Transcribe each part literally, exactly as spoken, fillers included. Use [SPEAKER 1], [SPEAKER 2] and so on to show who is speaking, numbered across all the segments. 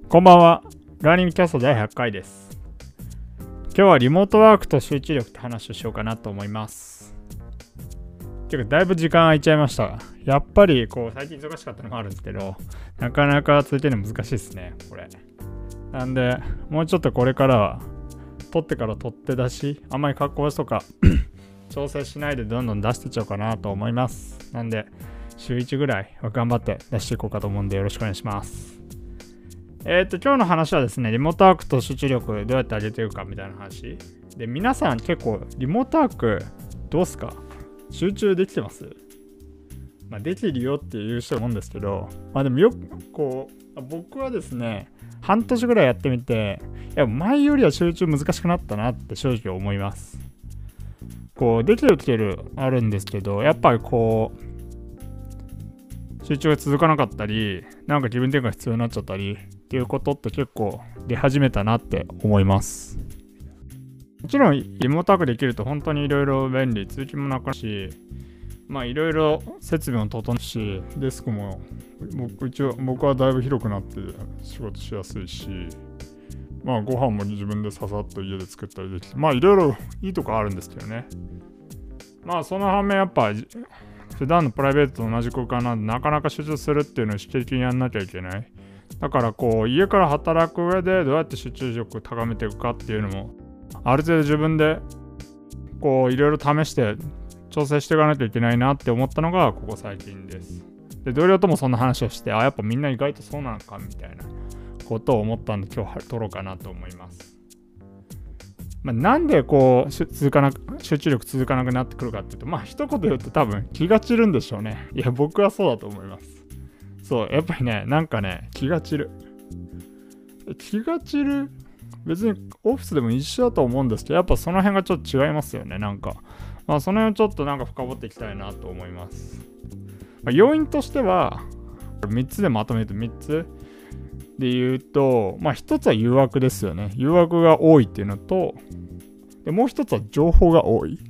[SPEAKER 1] こんばんは。ラーニングキャストだいひゃっかいです。今日はリモートワークと集中力って話をしようかなと思います。結構だいぶ時間空いちゃいました。やっぱりこう最近忙しかったのもあるんですけど、なかなか続けるの難しいですね、これ。なんで、もうちょっとこれからは、撮ってから取って出し、あんまり格好とか調整しないでどんどん出していっちゃおうかなと思います。なんで、週いちぐらいは頑張って出していこうかと思うんでよろしくお願いします。えっと、今日の話はですね、リモートワークと集中力どうやって上げていくかみたいな話。で、皆さん結構リモートワークどうすか？集中できてます？まあ、できるよっていう人も思うんですけど、まあでもよくこう、僕はですね、半年ぐらいやってみて、いや前よりは集中難しくなったなって正直思います。こう、できるできるあるんですけど、やっぱりこう、集中が続かなかったり、なんか気分転換が必要になっちゃったりっていうことって結構出始めたなって思います。もちろんリモートワークできると本当にいろいろ便利、通勤もなくなるし、まあいろいろ設備も整うし、デスクも僕一応僕はだいぶ広くなって仕事しやすいし、まあご飯も自分でささっと家で作ったりできて、まあいろいろいいとこあるんですけどね。まあその反面やっぱ普段のプライベートと同じ空間なんでなかなか集中するっていうのを意識的にやんなきゃいけない。だからこう家から働く上でどうやって集中力を高めていくかっていうのもある程度自分でこういろいろ試して調整していかなきゃいけないなって思ったのがここ最近です。で同僚ともそんな話をして、あやっぱみんな意外とそうなのかみたいなことを思ったんで今日撮ろうかなと思います。まあ、なんでこう続かな集中力続かなくなってくるかっていうと、まあ一言言うと多分気が散るんでしょうね。いや僕はそうだと思います。そうやっぱりねなんかね気が散る気が散る別にオフィスでも一緒だと思うんですけど、やっぱその辺がちょっと違いますよね。なんかまあその辺をちょっとなんか深掘っていきたいなと思います。まあ、要因としてはみっつでまとめるとみっつで言うと、まあひとつは誘惑ですよね。誘惑が多いっていうのと、でもうひとつは情報が多い。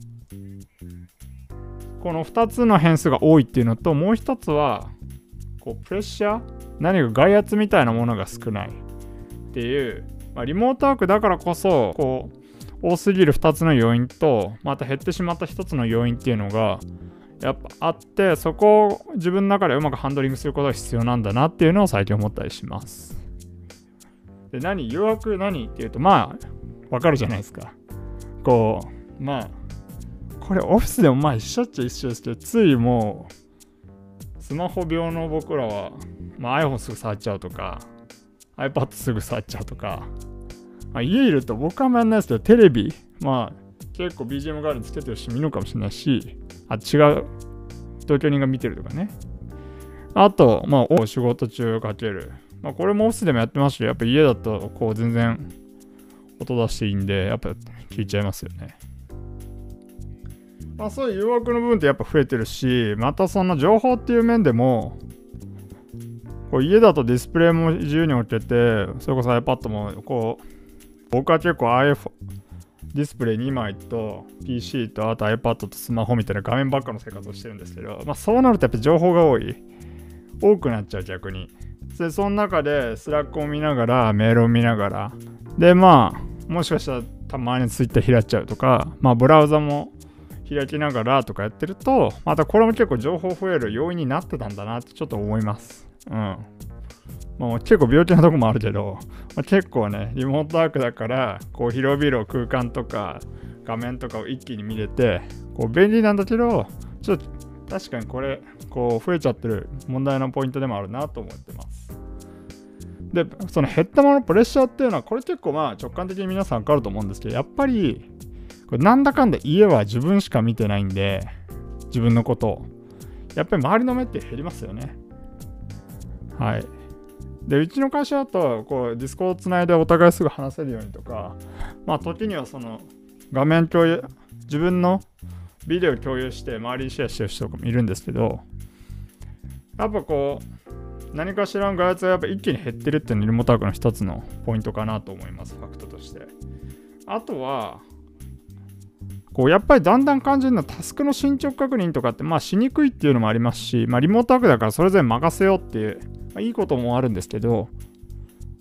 [SPEAKER 1] このふたつの変数が多いっていうのと、もうひとつはこうプレッシャー、何か外圧みたいなものが少ないっていう、まあ、リモートワークだからこそこう多すぎるふたつの要因と、また減ってしまったひとつの要因っていうのがやっぱあって、そこを自分の中でうまくハンドリングすることが必要なんだなっていうのを最近思ったりします。で何誘惑何っていうと、まあわかるじゃないですか。こうまあこれオフィスでもまあ一緒っちゃ一緒ですけど、ついもうスマホ病の僕らは、まあ、iPhone すぐ触っちゃうとか iPad すぐ触っちゃうとか、まあ、家いると僕はあんまやんないですけど、テレビまあ結構 ビージーエム 代わりにつけてる人見るかもしれないし、あ違う同居人が見てるとかね。あとまあお仕事中かける、まあこれもオフィスでもやってますし、やっぱ家だとこう全然音出していいんでやっぱ聞いちゃいますよね。まあそういう誘惑の部分ってやっぱ増えてるし、またその情報っていう面でもこう家だとディスプレイも自由に置けて、それこそ iPad もこう僕は結構 iPhone ディスプレイにまいと ピーシー とあと iPad とスマホみたいな画面ばっかの生活をしてるんですけど、まあそうなるとやっぱ情報が多い多くなっちゃう逆に。でその中でスラックを見ながらメールを見ながらでまあもしかしたらたまに Twitter 開っちゃうとか、まあブラウザも開きながらとかやってると、またこれも結構情報増える要因になってたんだなってちょっと思います。うん。まあ、結構病気なとこもあるけど、まあ、結構ねリモートワークだからこう広々空間とか画面とかを一気に見れてこう便利なんだけど、ちょっと確かにこれこう増えちゃってる問題のポイントでもあるなと思ってます。でその減ったものプレッシャーっていうのはこれ結構まあ直感的に皆さん分かると思うんですけど、やっぱりこれなんだかんだ家は自分しか見てないんで、自分のことをやっぱり周りの目って減りますよね。はい。でうちの会社だとこうディスコをつないでお互いすぐ話せるようにとか、まあ時にはその画面共有、自分のビデオ共有して周りにシェアしてる人とかもいるんですけど、やっぱこう何かしらの外圧がやっぱ一気に減ってるっていうのがリモートワークの一つのポイントかなと思います、ファクトとして。あとはこうやっぱりだんだん感じるのはタスクの進捗確認とかってまあしにくいっていうのもありますし、まあリモートワークだからそれぞれ任せようっていう、まあ、いいこともあるんですけど、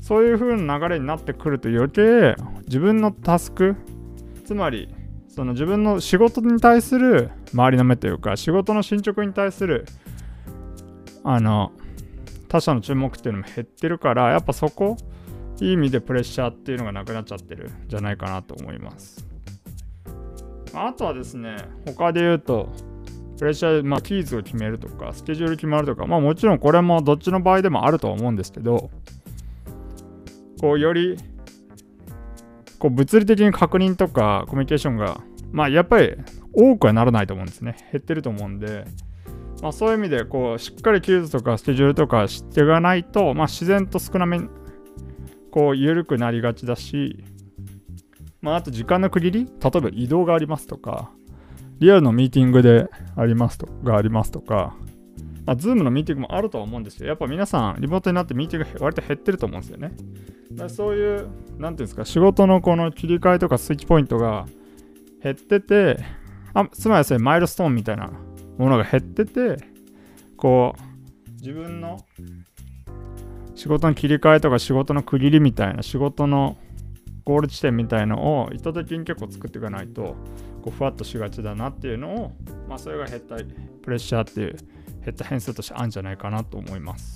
[SPEAKER 1] そういう風な流れになってくると余計自分のタスク、つまりその自分の仕事に対する周りの目というか、仕事の進捗に対するあの他者の注目っていうのも減ってるから、やっぱそこいい意味でプレッシャーっていうのがなくなっちゃってるんじゃないかなと思います。あとはですね、他で言うとプレッシャー、まあキーズを決めるとかスケジュール決まるとか、まあもちろんこれもどっちの場合でもあるとは思うんですけど、こうよりこう物理的に確認とかコミュニケーションがまあやっぱり多くはならないと思うんですね。減ってると思うんで、まあそういう意味でこうしっかりキーズとかスケジュールとか知っていかないと、まあ自然と少なめにこう緩くなりがちだし、まああと時間の区切り、例えば移動がありますとか、リアルのミーティングでありますとがありますとか、まあ、Zoom のミーティングもあるとは思うんですけど、やっぱ皆さんリモートになってミーティングが割と減ってると思うんですよね。だからそういう、なんていうんですか、仕事のこの切り替えとかスイッチポイントが減ってて、あつまりそれマイルストーンみたいなものが減ってて、こう、自分の仕事の切り替えとか仕事の区切りみたいな、仕事のゴール地点みたいのを意図的に結構作っていかないと、こうふわっとしがちだなっていうのを、まあそれが減ったプレッシャーっていう減った変数としてあるんじゃないかなと思います。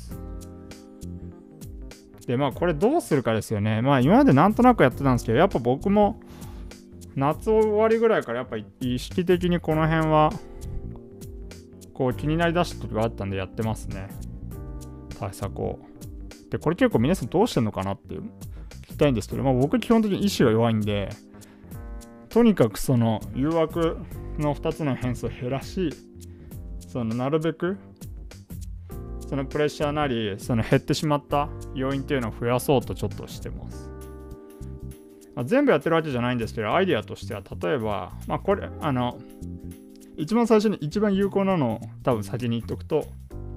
[SPEAKER 1] でまあこれどうするかですよね。まあ今までなんとなくやってたんですけど、やっぱ僕も夏終わりぐらいからやっぱ意識的にこの辺はこう気になりだした時があったんでやってますね、対策を。でこれ結構皆さんどうしてんのかなっていう聞きたいんですけど、まあ僕基本的に意志が弱いんで、とにかくその誘惑のふたつの変数を減らし、そのなるべくそのプレッシャーなりその減ってしまった要因っていうのを増やそうとちょっとしてます。まあ、全部やってるわけじゃないんですけど、アイデアとしては例えば、まあこれあの一番最初に一番有効なのを多分先に言っとくと、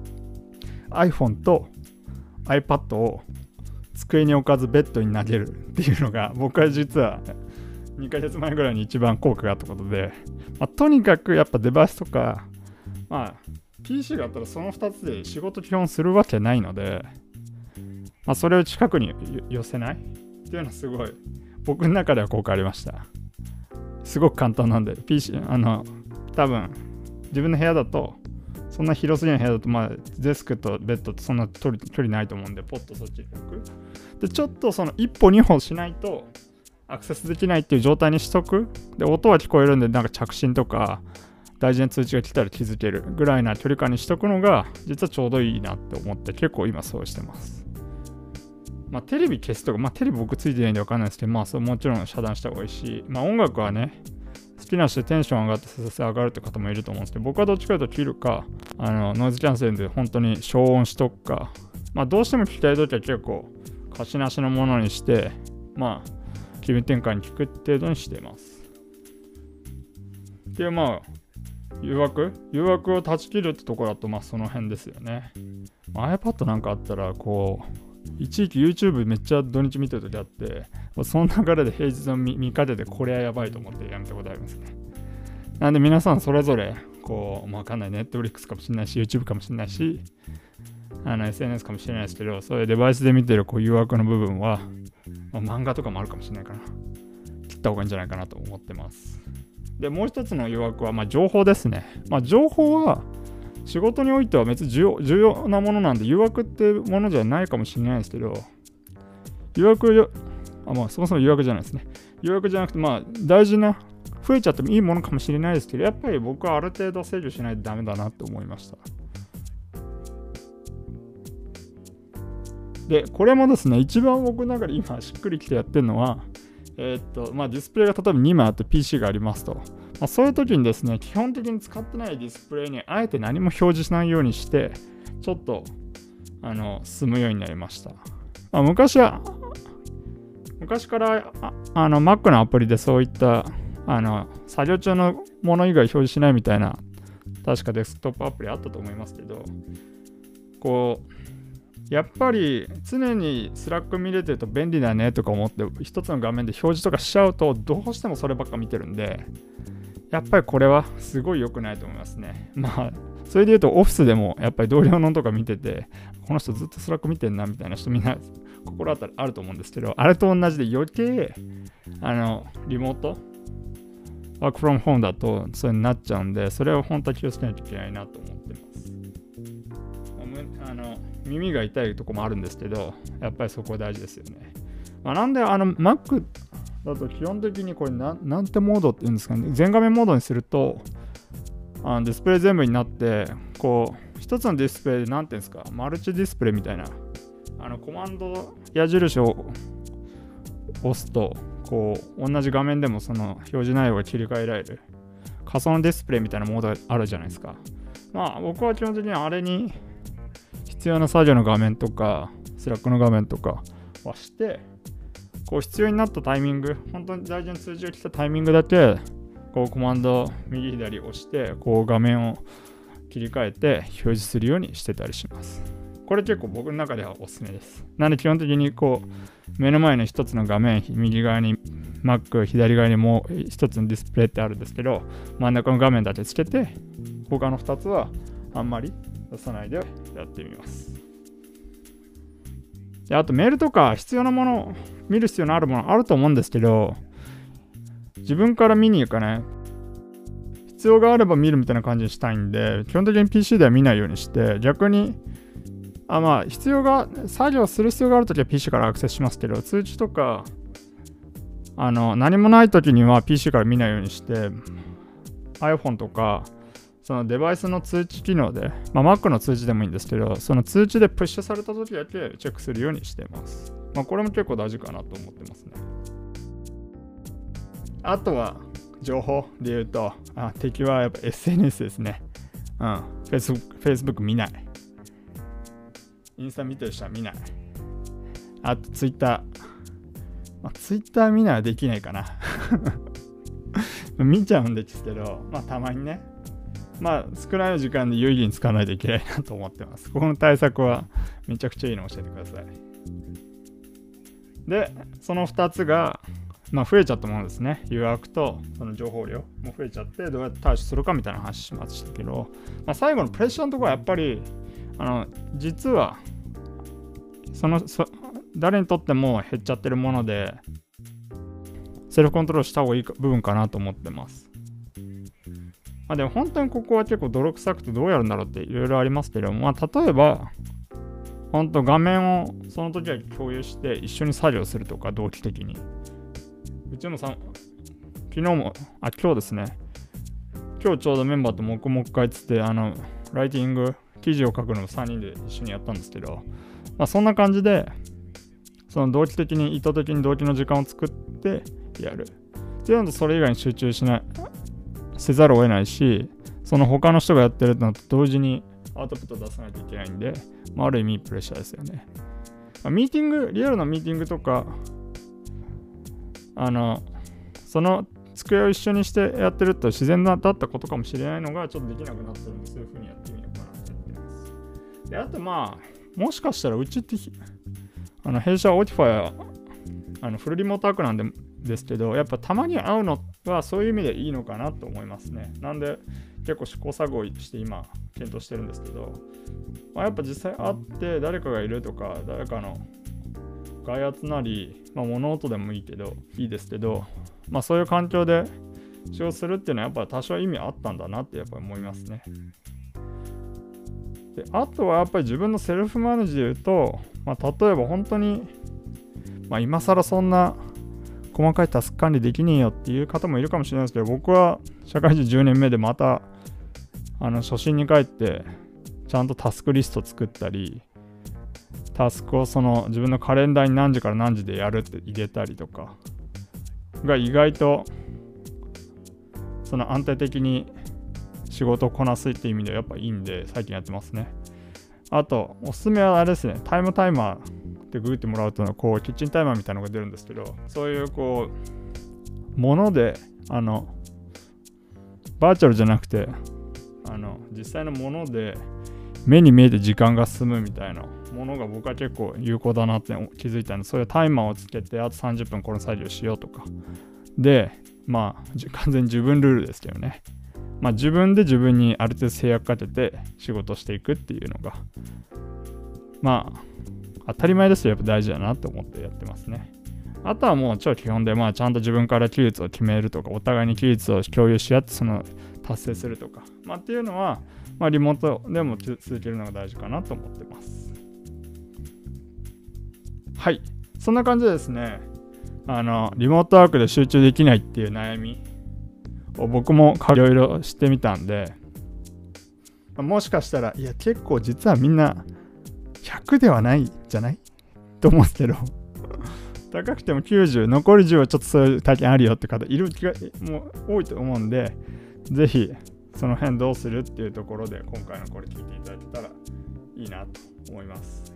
[SPEAKER 1] iPhone と iPad を机に置かずベッドに投げるっていうのが僕は実はにかげつまえぐらいに一番効果があったことで、まあ、とにかくやっぱデバイスとか、まあ ピーシー があったらそのふたつで仕事基本するわけないので、まあ、それを近くに寄せないっていうのはすごい僕の中では効果ありました。すごく簡単なんで ピーシー あの多分自分の部屋だとそんな広すぎない部屋だと、まあデスクとベッドってそんな距離、距離ないと思うんで、ポッとそっちに置く。でちょっとその一歩二歩しないとアクセスできないっていう状態にしとく。で音は聞こえるんで、なんか着信とか大事な通知が来たら気づけるぐらいな距離感にしとくのが実はちょうどいいなって思って、結構今そうしてます。まあテレビ消すとか、まあテレビ僕ついてないんで分かんないですけど、まあそれもちろん遮断した方がいいし、まあ音楽はね好きな人でテンション上がって再生上がるって方もいると思うんですけど、僕はどっちかというと切るか、あのノイズキャンセルで本当に消音しとくか、まあどうしても聞きたいときは結構貸しなしのものにして、まあ気分転換に聞く程度にしています。でまあ誘惑誘惑を断ち切るってところだと、まあその辺ですよね。iPad なんかあったらこう一時期 YouTube めっちゃ土日見てる時あって、その流れで平日の 見, 見方でこれはやばいと思ってやめたことありますね。なんで皆さんそれぞれこう、わかんない、Netflix かもしれないし YouTube かもしれないし、あの エスエヌエス かもしれないですけど、そういうデバイスで見てるこう誘惑の部分は、まあ、漫画とかもあるかもしれないから切った方がいいんじゃないかなと思ってます。でもう一つの誘惑はまあ情報ですね。まあ情報は仕事においては別に重要、重要なものなんで誘惑っていうものじゃないかもしれないですけど、誘惑よあまあそもそも誘惑じゃないですね。誘惑じゃなくてまあ大事な増えちゃってもいいものかもしれないですけど、やっぱり僕はある程度制御しないとダメだなって思いました。でこれもですね、一番僕の中で今しっくりきてやってるのは、えー、っとまあディスプレイが例えばにまいあって ピーシー がありますと、まあ、そういう時にですね、基本的に使ってないディスプレイにあえて何も表示しないようにしてちょっとあの進むようになりました。まあ、昔は昔からああの Mac のアプリでそういったあの作業中のもの以外表示しないみたいな確かデスクトップアプリあったと思いますけど、こうやっぱり常にスラック見れてると便利だねとか思って一つの画面で表示とかしちゃうとどうしてもそればっか見てるんで、 やっぱりこれはすごい良くないと思いますね。まあそれで言うとオフィスでもやっぱり同僚のとか見てて、この人ずっとスラック見てんなみたいな人みんな心当たりあると思うんですけど、あれと同じで余計あのリモートワークフロムホームだとそれになっちゃうんで、それを本当は気をつけないといけないなと思ってます。あの耳が痛いとこもあるんですけど、やっぱりそこ大事ですよね。まあ、なんであの Mac だと基本的にこれななんてモードって言うんですかね、全画面モードにするとあのディスプレイ全部になって、こう一つのディスプレイでなんていうんですか、マルチディスプレイみたいな、あのコマンド矢印を押すとこう同じ画面でもその表示内容が切り替えられる仮想のディスプレイみたいなモードがあるじゃないですか。まあ僕は基本的にあれに必要な作業の画面とかスラックの画面とかはして、こう必要になったタイミング、本当に大事な通知が来たタイミングだけこうコマンド右左押してこう画面を切り替えて表示するようにしてたりします。これ結構僕の中ではおすすめです。なので基本的にこう目の前の一つの画面、右側に Mac、左側にもう一つのディスプレイってあるんですけど、真ん中の画面だけつけて他の二つはあんまり出さないでやってみます。であとメールとか必要なもの、見る必要のあるものあると思うんですけど、自分から見に行かない、必要があれば見るみたいな感じにしたいんで、基本的に ピーシー では見ないようにして、逆にあまあ必要が作業する必要があるときは ピーシー からアクセスしますけど、通知とかあの何もないときには ピーシー から見ないようにして、 iPhone とかそのデバイスの通知機能で、まあ、Mac の通知でもいいんですけど、その通知でプッシュされたときだけチェックするようにしています。まあこれも結構大事かなと思ってますね。あとは情報で言うと、あ、敵はやっぱ エスエヌエス ですね。うん。Facebook、Facebook 見ない。インスタ見てる人は見ない。あと Twitter。まあ、Twitter 見ないはできないかな。見ちゃうんですけど、まあたまにね。まあ少ない時間で有意義に使わないといけないなと思ってます。ここの対策はめちゃくちゃいいのを教えてください。で、そのふたつが、まあ増えちゃったものですね。誘惑とその情報量も増えちゃって、どうやって対処するかみたいな話しましたけど、まあ、最後のプレッシャーのところはやっぱりあの実はそのそ誰にとっても減っちゃってるもので、セルフコントロールした方がいい部分かなと思ってます。まあ、でも本当にここは結構泥臭くてどうやるんだろうっていろいろありますけど、まあ例えば本当画面をその時は共有して一緒に作業するとか、同期的に。うちもさ、昨日も、あ、今日ですね。今日ちょうどメンバーと黙々会つって、あの、ライティング、記事を書くのをさんにんで一緒にやったんですけど、まあそんな感じで、その同期的に、意図的に同期の時間を作ってやる。っていうのと、それ以外に集中しない、せざるを得ないし、その他の人がやってるのと同時にアウトプット出さないといけないんで、まあ、ある意味プレッシャーですよね。まあ、ミーティング、リアルなミーティングとか、あの、その机を一緒にしてやってると自然だったことかもしれないのがちょっとできなくなってるんで、そういう風にやってみようかなって思ってます。で、あとまあ、もしかしたらうちって、あの弊社オーティファイはあのフルリモートワークなんでですけど、やっぱたまに会うのはそういう意味でいいのかなと思いますね。なんで結構試行錯誤して今検討してるんですけど、まあ、やっぱ実際会って誰かがいるとか、誰かの外圧なり、まあ、物音でもいいけどいいですけど、まあそういう環境で使用するっていうのはやっぱ多少意味あったんだなってやっぱり思いますね。で、あとはやっぱり自分のセルフマネージで言うと、まあ、例えば本当に、まあ、今更そんな細かいタスク管理できねえよっていう方もいるかもしれないですけど、僕は社会人じゅうねんめでまたあの初心に帰ってちゃんとタスクリスト作ったり、タスクをその自分のカレンダーに何時から何時でやるって入れたりとかが意外とその安定的に仕事をこなすっていう意味ではやっぱいいんで最近やってますね。あとおすすめはあれですね、タイムタイマーでグーってもらうとこうキッチンタイマーみたいなのが出るんですけど、そういうこうものであのバーチャルじゃなくてあの実際のもので目に見えて時間が進むみたいなものが僕は結構有効だなって気づいたので、そういうタイマーをつけてあとさんじゅっぷんこの作業しようとかでまあ完全に自分ルールですけどね。まあ自分で自分にある程度制約かけて仕事していくっていうのがまあ当たり前ですよ。やっぱ大事だなと思ってやってますね。あとはもう超基本で、まあちゃんと自分から期日を決めるとか、お互いに期日を共有し合ってその達成するとか、まあっていうのは、まあリモートでも続けるのが大事かなと思ってます。はい。そんな感じでですね、あの、リモートワークで集中できないっていう悩みを僕もいろいろしてみたんで、もしかしたら、いや結構実はみんなひゃくではないじゃないと思うんですけど、高くてもきゅうじゅう、残りじゅうはちょっとそういう体験あるよって方いる気がもう多いと思うんで、ぜひその辺どうするっていうところで今回のこれ聞いていただけたらいいなと思います。